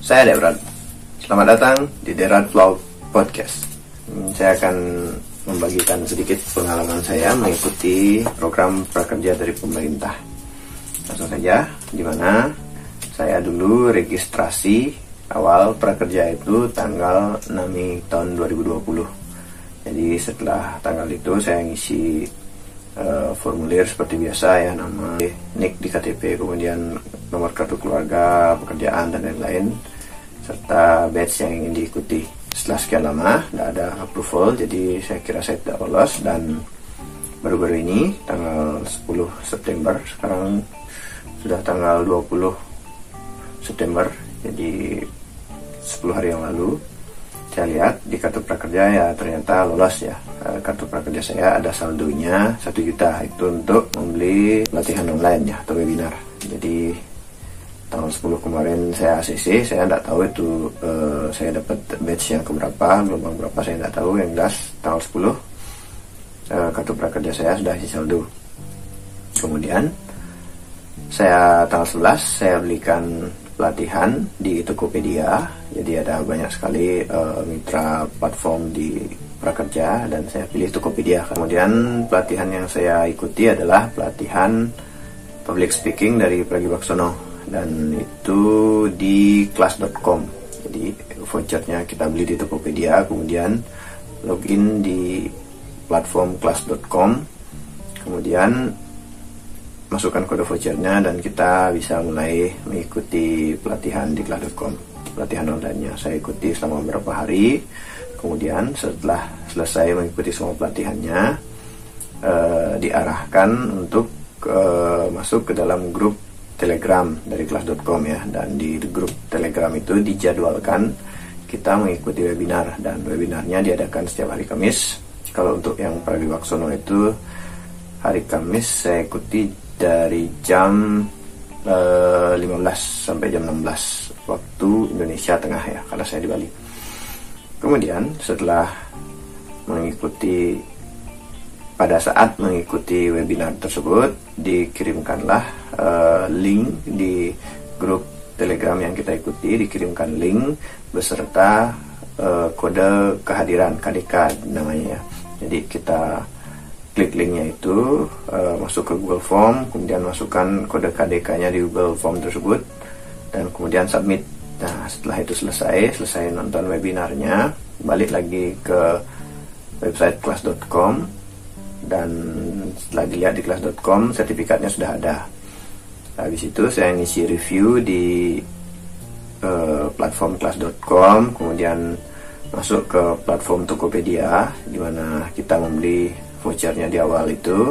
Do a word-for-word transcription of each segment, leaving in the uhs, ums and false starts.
Saya Derad. Selamat datang di Derad Vlog Podcast. Saya akan membagikan sedikit pengalaman saya mengikuti program prakerja dari pemerintah. Langsung saja, di mana saya dulu registrasi awal prakerja itu tanggal enam Mei tahun dua ribu dua puluh. Jadi setelah tanggal itu saya ngisi uh, formulir seperti biasa ya, nama, nik di K T P, kemudian nomor kartu keluarga, pekerjaan dan lain-lain, serta batch yang ingin diikuti. Setelah sekian lama tidak ada approval, jadi saya kira saya tidak lolos, dan baru-baru ini tanggal sepuluh September, sekarang sudah tanggal dua puluh September, jadi sepuluh hari yang lalu saya lihat di kartu prakerja ya ternyata lolos ya. Kartu prakerja saya ada saldonya satu juta, itu untuk membeli pelatihan online ya atau webinar. Jadi tanggal sepuluh kemarin saya A C C, saya tidak tahu itu uh, saya dapat batch yang keberapa, gelombang berapa saya tidak tahu. Yang jelas tanggal sepuluh uh, kartu prakerja saya sudah isi saldo. Kemudian saya tanggal sebelas saya belikan pelatihan di Tokopedia. Jadi ada banyak sekali uh, mitra platform di prakerja dan saya pilih Tokopedia. Kemudian pelatihan yang saya ikuti adalah pelatihan public speaking dari Pragibaksono, dan itu di kelas dot com. Jadi vouchernya kita beli di Tokopedia, kemudian login di platform kelas dot com, kemudian masukkan kode vouchernya dan kita bisa mulai mengikuti pelatihan di kelas dot com. Pelatihan online-nya saya ikuti selama beberapa hari. Kemudian setelah selesai mengikuti semua pelatihannya, eh, diarahkan untuk eh, masuk ke dalam grup Telegram dari kelas dot com ya, dan di grup Telegram itu dijadwalkan kita mengikuti webinar, dan webinarnya diadakan setiap hari Kamis. Kalau untuk yang Pragibaksono itu hari Kamis saya ikuti dari jam uh, lima belas sampai jam enam belas waktu Indonesia Tengah ya, karena saya di Bali. Kemudian setelah mengikuti pada saat mengikuti webinar tersebut, dikirimkanlah uh, link di grup Telegram yang kita ikuti, dikirimkan link beserta uh, kode kehadiran K D K namanya ya. Jadi kita klik linknya itu, uh, masuk ke Google Form, kemudian masukkan kode K D K-nya di Google Form tersebut, dan kemudian submit. Nah, setelah itu selesai, selesai nonton webinarnya, balik lagi ke website kelas dot com, dan setelah dilihat di kelas dot com sertifikatnya sudah ada. Habis itu saya ngisi review di uh, platform kelas dot com, kemudian masuk ke platform Tokopedia di mana kita membeli vouchernya di awal itu,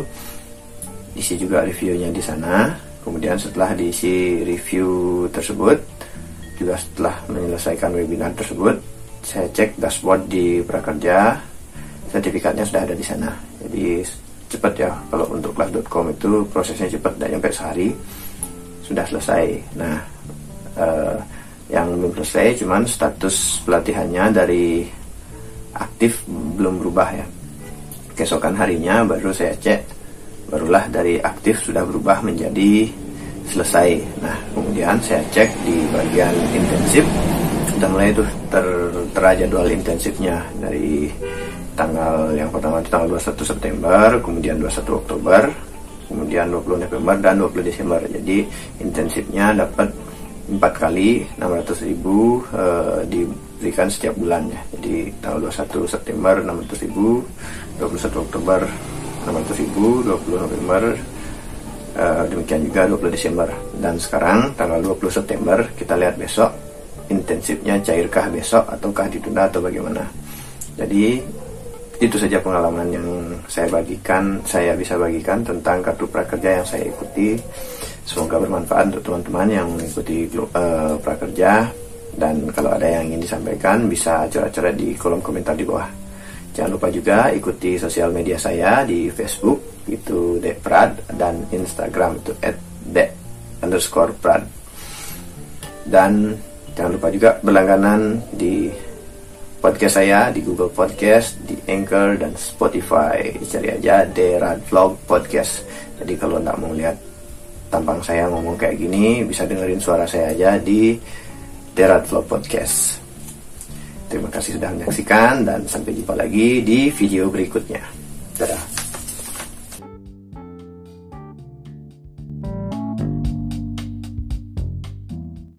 isi juga reviewnya di sana. Kemudian setelah diisi review tersebut, juga setelah menyelesaikan webinar tersebut, saya cek dashboard di prakerja, sertifikatnya sudah ada di sana. Jadi cepat ya, kalau untuk kelas dot com itu prosesnya cepat, tidak sampai sehari sudah selesai. Nah, eh, yang belum selesai cuman status pelatihannya dari aktif belum berubah ya. Keesokan harinya baru saya cek, barulah dari aktif sudah berubah menjadi selesai. Nah, kemudian saya cek di bagian intensif, sudah mulai itu ter, tera jadwal intensifnya dari tanggal yang pertama itu tanggal dua puluh satu September, kemudian dua puluh satu Oktober, kemudian dua puluh November dan dua puluh Desember. Jadi intensifnya dapat empat kali enam ratus ribu eh, diberikan setiap bulan ya. Jadi tanggal dua puluh satu September enam ratus ribu, dua puluh satu Oktober enam ratus ribu, dua puluh November eh, demikian juga dua puluh Desember. Dan sekarang tanggal dua puluh September, kita lihat besok intensifnya cairkah besok ataukah ditunda atau bagaimana. Jadi itu saja pengalaman yang saya bagikan, saya bisa bagikan tentang kartu prakerja yang saya ikuti. Semoga bermanfaat untuk teman-teman yang mengikuti uh, prakerja, dan kalau ada yang ingin disampaikan bisa coret-coret di kolom komentar di bawah. Jangan lupa juga ikuti sosial media saya di Facebook itu dekprad, dan Instagram itu at dek underscore prad. Dan jangan lupa juga berlangganan di podcast saya di Google Podcast, di Anchor, dan Spotify. Cari aja Derad Vlog Podcast. Jadi kalau nggak mau lihat tampang saya ngomong kayak gini, bisa dengerin suara saya aja di Derad Vlog Podcast. Terima kasih sudah menyaksikan dan sampai jumpa lagi di video berikutnya.